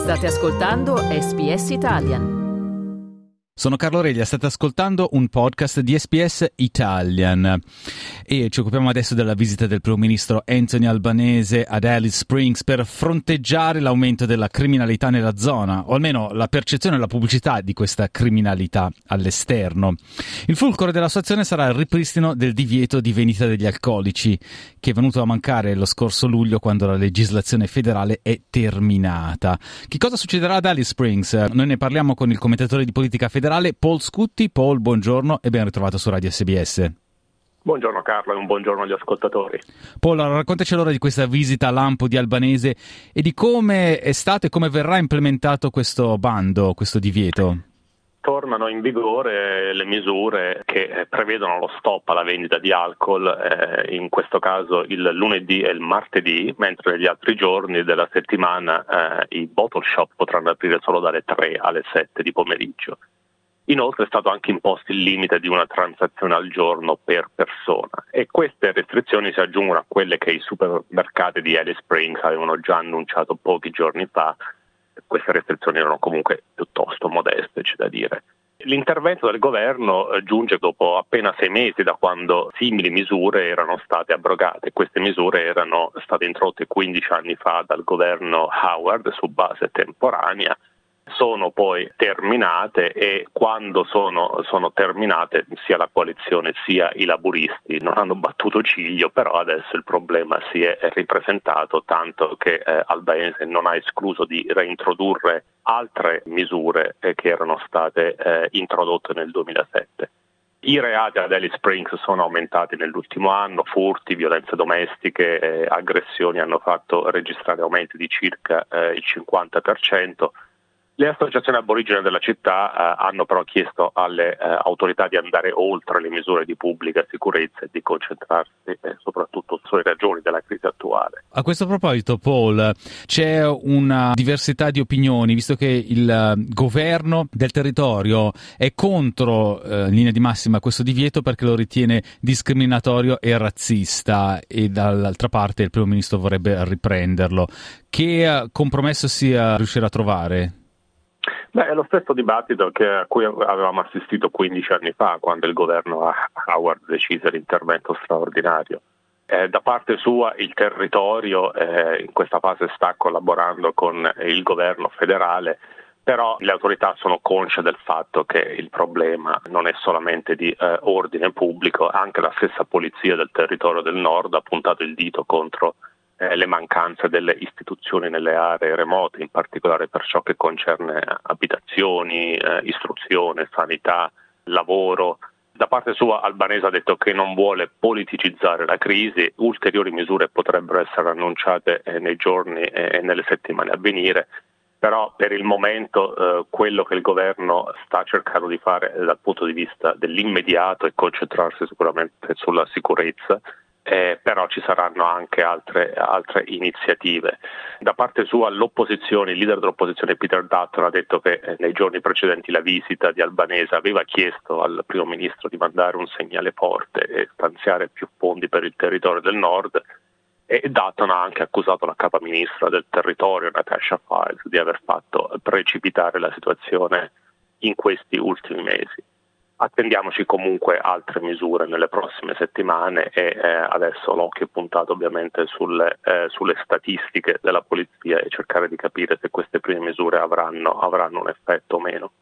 State ascoltando SBS Italian. Sono Carlo Reglia, state ascoltando un podcast di SBS Italian e ci occupiamo adesso della visita del primo ministro Anthony Albanese ad Alice Springs per fronteggiare l'aumento della criminalità nella zona, o almeno la percezione e la pubblicità di questa criminalità all'esterno. Il fulcro della situazione sarà il ripristino del divieto di vendita degli alcolici, che è venuto a mancare lo scorso luglio quando la legislazione federale è terminata. Che cosa succederà ad Alice Springs? Noi ne parliamo con il commentatore di politica federale Paul Scutti. Paul, buongiorno e ben ritrovato su Radio SBS. Buongiorno Carlo e un buongiorno agli ascoltatori. Paul, raccontaci allora di questa visita a Lampo di Albanese e di come è stato e come verrà implementato questo bando, questo divieto. Tornano in vigore le misure che prevedono lo stop alla vendita di alcol, in questo caso il lunedì e il martedì, mentre negli altri giorni della settimana i bottle shop potranno aprire solo dalle 3 alle 7 di pomeriggio. Inoltre è stato anche imposto il limite di una transazione al giorno per persona e queste restrizioni si aggiungono a quelle che i supermercati di Alice Springs avevano già annunciato pochi giorni fa. Queste restrizioni erano comunque piuttosto modeste, c'è da dire. L'intervento del governo giunge dopo appena 6 mesi da quando simili misure erano state abrogate. Queste misure erano state introdotte 15 anni fa dal governo Howard su base temporanea. Sono poi terminate e quando sono terminate sia la coalizione sia i laburisti non hanno battuto ciglio, però adesso il problema si è ripresentato tanto che Albanese non ha escluso di reintrodurre altre misure che erano state introdotte nel 2007. I reati ad Alice Springs sono aumentati nell'ultimo anno, furti, violenze domestiche, aggressioni hanno fatto registrare aumenti di circa il 50%. Le associazioni aborigene della città hanno però chiesto alle autorità di andare oltre le misure di pubblica sicurezza e di concentrarsi soprattutto sulle ragioni della crisi attuale. A questo proposito, Paul, c'è una diversità di opinioni, visto che il governo del territorio è contro in linea di massima questo divieto perché lo ritiene discriminatorio e razzista e dall'altra parte il primo ministro vorrebbe riprenderlo. Che compromesso si riuscirà a trovare? È lo stesso dibattito a cui avevamo assistito 15 anni fa, quando il governo Howard decise l'intervento straordinario. Da parte sua il territorio in questa fase sta collaborando con il governo federale, però le autorità sono consce del fatto che il problema non è solamente di ordine pubblico, anche la stessa polizia del territorio del nord ha puntato il dito contro le mancanze delle istituzioni nelle aree remote, in particolare per ciò che concerne abitazioni, istruzione, sanità, lavoro. Da parte sua Albanese ha detto che non vuole politicizzare la crisi, ulteriori misure potrebbero essere annunciate nei giorni e nelle settimane a venire, però per il momento quello che il governo sta cercando di fare dal punto di vista dell'immediato è concentrarsi sicuramente sulla sicurezza. Però ci saranno anche altre iniziative. Da parte sua l'opposizione, il leader dell'opposizione Peter Dutton ha detto che nei giorni precedenti la visita di Albanese aveva chiesto al primo ministro di mandare un segnale forte e stanziare più fondi per il territorio del nord, e Dutton ha anche accusato la capa ministra del territorio Natasha Files di aver fatto precipitare la situazione in questi ultimi mesi. Attendiamoci comunque altre misure nelle prossime settimane e adesso l'occhio è puntato ovviamente sulle statistiche della polizia e cercare di capire se queste prime misure avranno un effetto o meno.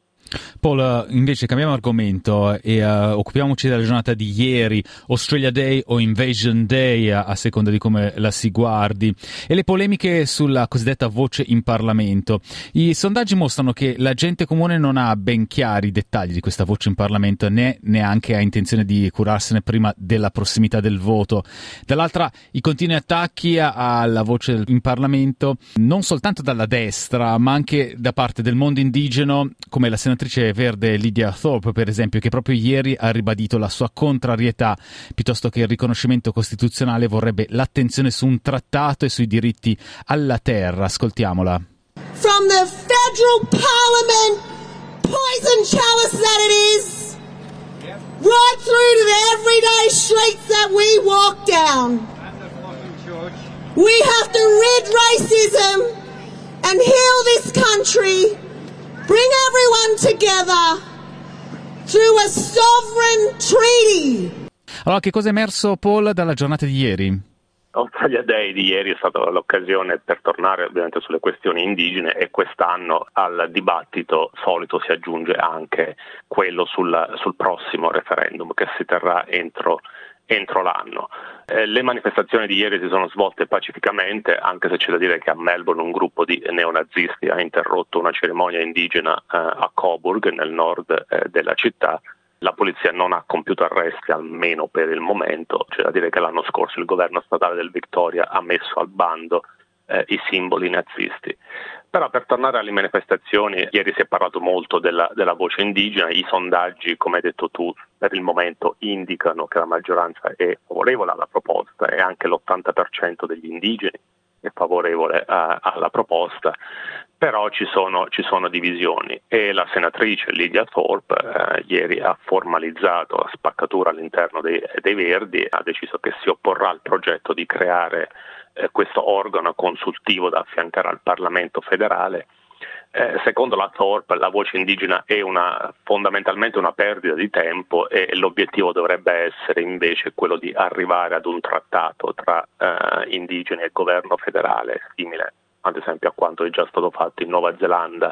Paul, invece cambiamo argomento e occupiamoci della giornata di ieri, Australia Day o Invasion Day a seconda di come la si guardi, e le polemiche sulla cosiddetta voce in Parlamento. I sondaggi mostrano che la gente comune non ha ben chiari i dettagli di questa voce in Parlamento, né neanche ha intenzione di curarsene prima della prossimità del voto. Dall'altra, i continui attacchi alla voce in Parlamento non soltanto dalla destra ma anche da parte del mondo indigeno, come la senatrice verde Lydia Thorpe, per esempio, che proprio ieri ha ribadito la sua contrarietà, piuttosto che il riconoscimento costituzionale vorrebbe l'attenzione su un trattato e sui diritti alla terra. Ascoltiamola. From the federal parliament, poison chalice that it is, right through to the everyday streets that we walk down. We have to rid racism and heal this country, bring everyone together through a sovereign treaty. Allora, che cosa è emerso, Paul, dalla giornata di ieri? Australia Day di ieri è stata l'occasione per tornare ovviamente sulle questioni indigene, e quest'anno al dibattito solito si aggiunge anche quello sul prossimo referendum che si terrà entro l'anno. Le manifestazioni di ieri si sono svolte pacificamente, anche se c'è da dire che a Melbourne un gruppo di neonazisti ha interrotto una cerimonia indigena a Coburg, nel nord della città. La polizia non ha compiuto arresti, almeno per il momento. C'è da dire che l'anno scorso il governo statale del Victoria ha messo al bando i simboli nazisti. Però, per tornare alle manifestazioni, ieri si è parlato molto della voce indigena. I sondaggi, come hai detto tu, per il momento indicano che la maggioranza è favorevole alla proposta, e anche l'80% degli indigeni è favorevole alla proposta. Però ci sono divisioni, e la senatrice Lydia Thorpe ieri ha formalizzato la spaccatura all'interno dei Verdi, ha deciso che si opporrà al progetto di creare questo organo consultivo da affiancare al Parlamento federale. Secondo la Thorpe la voce indigena è fondamentalmente una perdita di tempo, e l'obiettivo dovrebbe essere invece quello di arrivare ad un trattato tra indigeni e governo federale, simile ad esempio a quanto è già stato fatto in Nuova Zelanda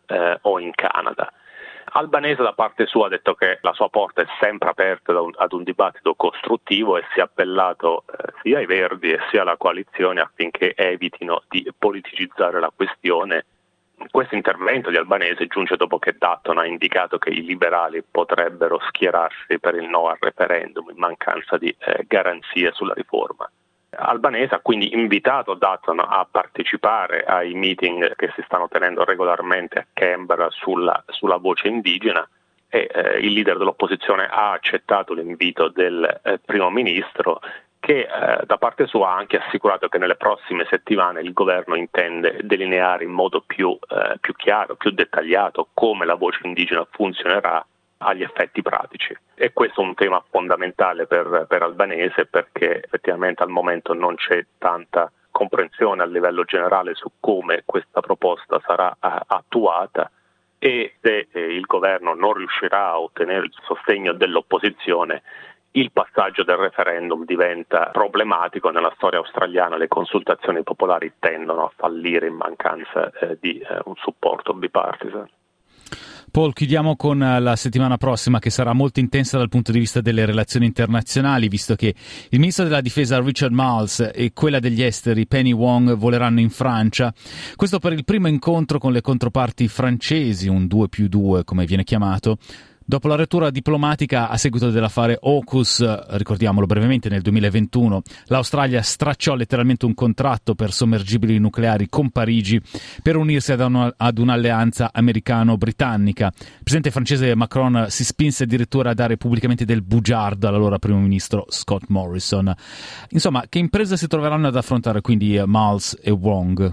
o in Canada. Albanese da parte sua ha detto che la sua porta è sempre aperta ad un dibattito costruttivo, e si è appellato sia ai Verdi e sia alla coalizione affinché evitino di politicizzare la questione. Questo intervento di Albanese giunge dopo che Dutton ha indicato che i liberali potrebbero schierarsi per il no al referendum in mancanza di garanzie sulla riforma. Albanese ha quindi invitato Dutton a partecipare ai meeting che si stanno tenendo regolarmente a Canberra sulla voce indigena, e il leader dell'opposizione ha accettato l'invito del primo ministro, che da parte sua ha anche assicurato che nelle prossime settimane il governo intende delineare in modo più chiaro, più dettagliato come la voce indigena funzionerà agli effetti pratici. E questo è un tema fondamentale per Albanese, perché effettivamente al momento non c'è tanta comprensione a livello generale su come questa proposta sarà attuata, e se il governo non riuscirà a ottenere il sostegno dell'opposizione, il passaggio del referendum diventa problematico. Nella storia australiana le consultazioni popolari tendono a fallire in mancanza di un supporto bipartisan. Paul, chiudiamo con la settimana prossima, che sarà molto intensa dal punto di vista delle relazioni internazionali, visto che il ministro della difesa Richard Marles e quella degli esteri Penny Wong voleranno in Francia. Questo per il primo incontro con le controparti francesi, un 2+2 come viene chiamato, dopo la rottura diplomatica a seguito dell'affare AUKUS. Ricordiamolo brevemente, nel 2021 l'Australia stracciò letteralmente un contratto per sommergibili nucleari con Parigi per unirsi ad un'alleanza americano-britannica. Il presidente francese Macron si spinse addirittura a dare pubblicamente del bugiardo all'allora primo ministro Scott Morrison. Insomma, che impresa si troveranno ad affrontare quindi Marles e Wong?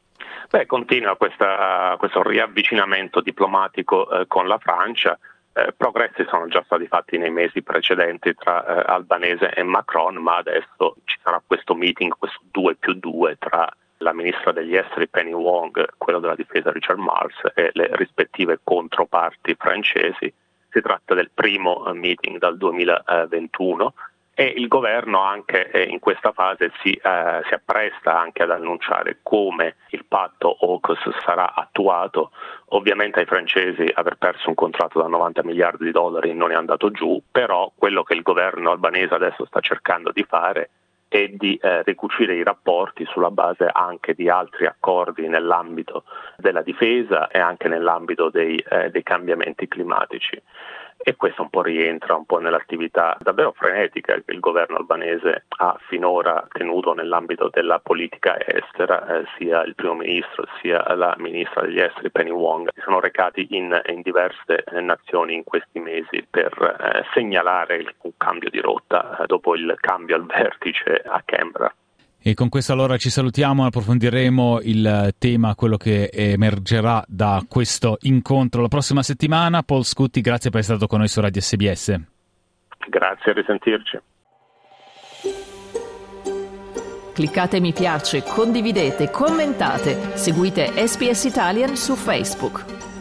Continua questo riavvicinamento diplomatico con la Francia. Progressi sono già stati fatti nei mesi precedenti tra Albanese e Macron, ma adesso ci sarà questo meeting, questo 2+2 tra la ministra degli esteri Penny Wong, quello della difesa Richard Marles e le rispettive controparti francesi. Si tratta del primo meeting dal 2021, e il governo anche in questa fase si appresta anche ad annunciare come il patto AUKUS sarà attuato. Ovviamente ai francesi aver perso un contratto da 90 miliardi di dollari non è andato giù, però quello che il governo albanese adesso sta cercando di fare è di ricucire i rapporti sulla base anche di altri accordi nell'ambito della difesa e anche nell'ambito dei cambiamenti climatici. E questo un po' rientra un po' nell'attività davvero frenetica che il governo albanese ha finora tenuto nell'ambito della politica estera. Sia il primo ministro sia la ministra degli esteri Penny Wong si sono recati in diverse nazioni in questi mesi per segnalare un cambio di rotta dopo il cambio al vertice a Canberra. E con questo allora ci salutiamo, approfondiremo il tema, quello che emergerà da questo incontro la prossima settimana. Paul Scutti, grazie per essere stato con noi su Radio SBS. Grazie, a risentirci. Cliccate mi piace, condividete, commentate, seguite SPS Italian su Facebook.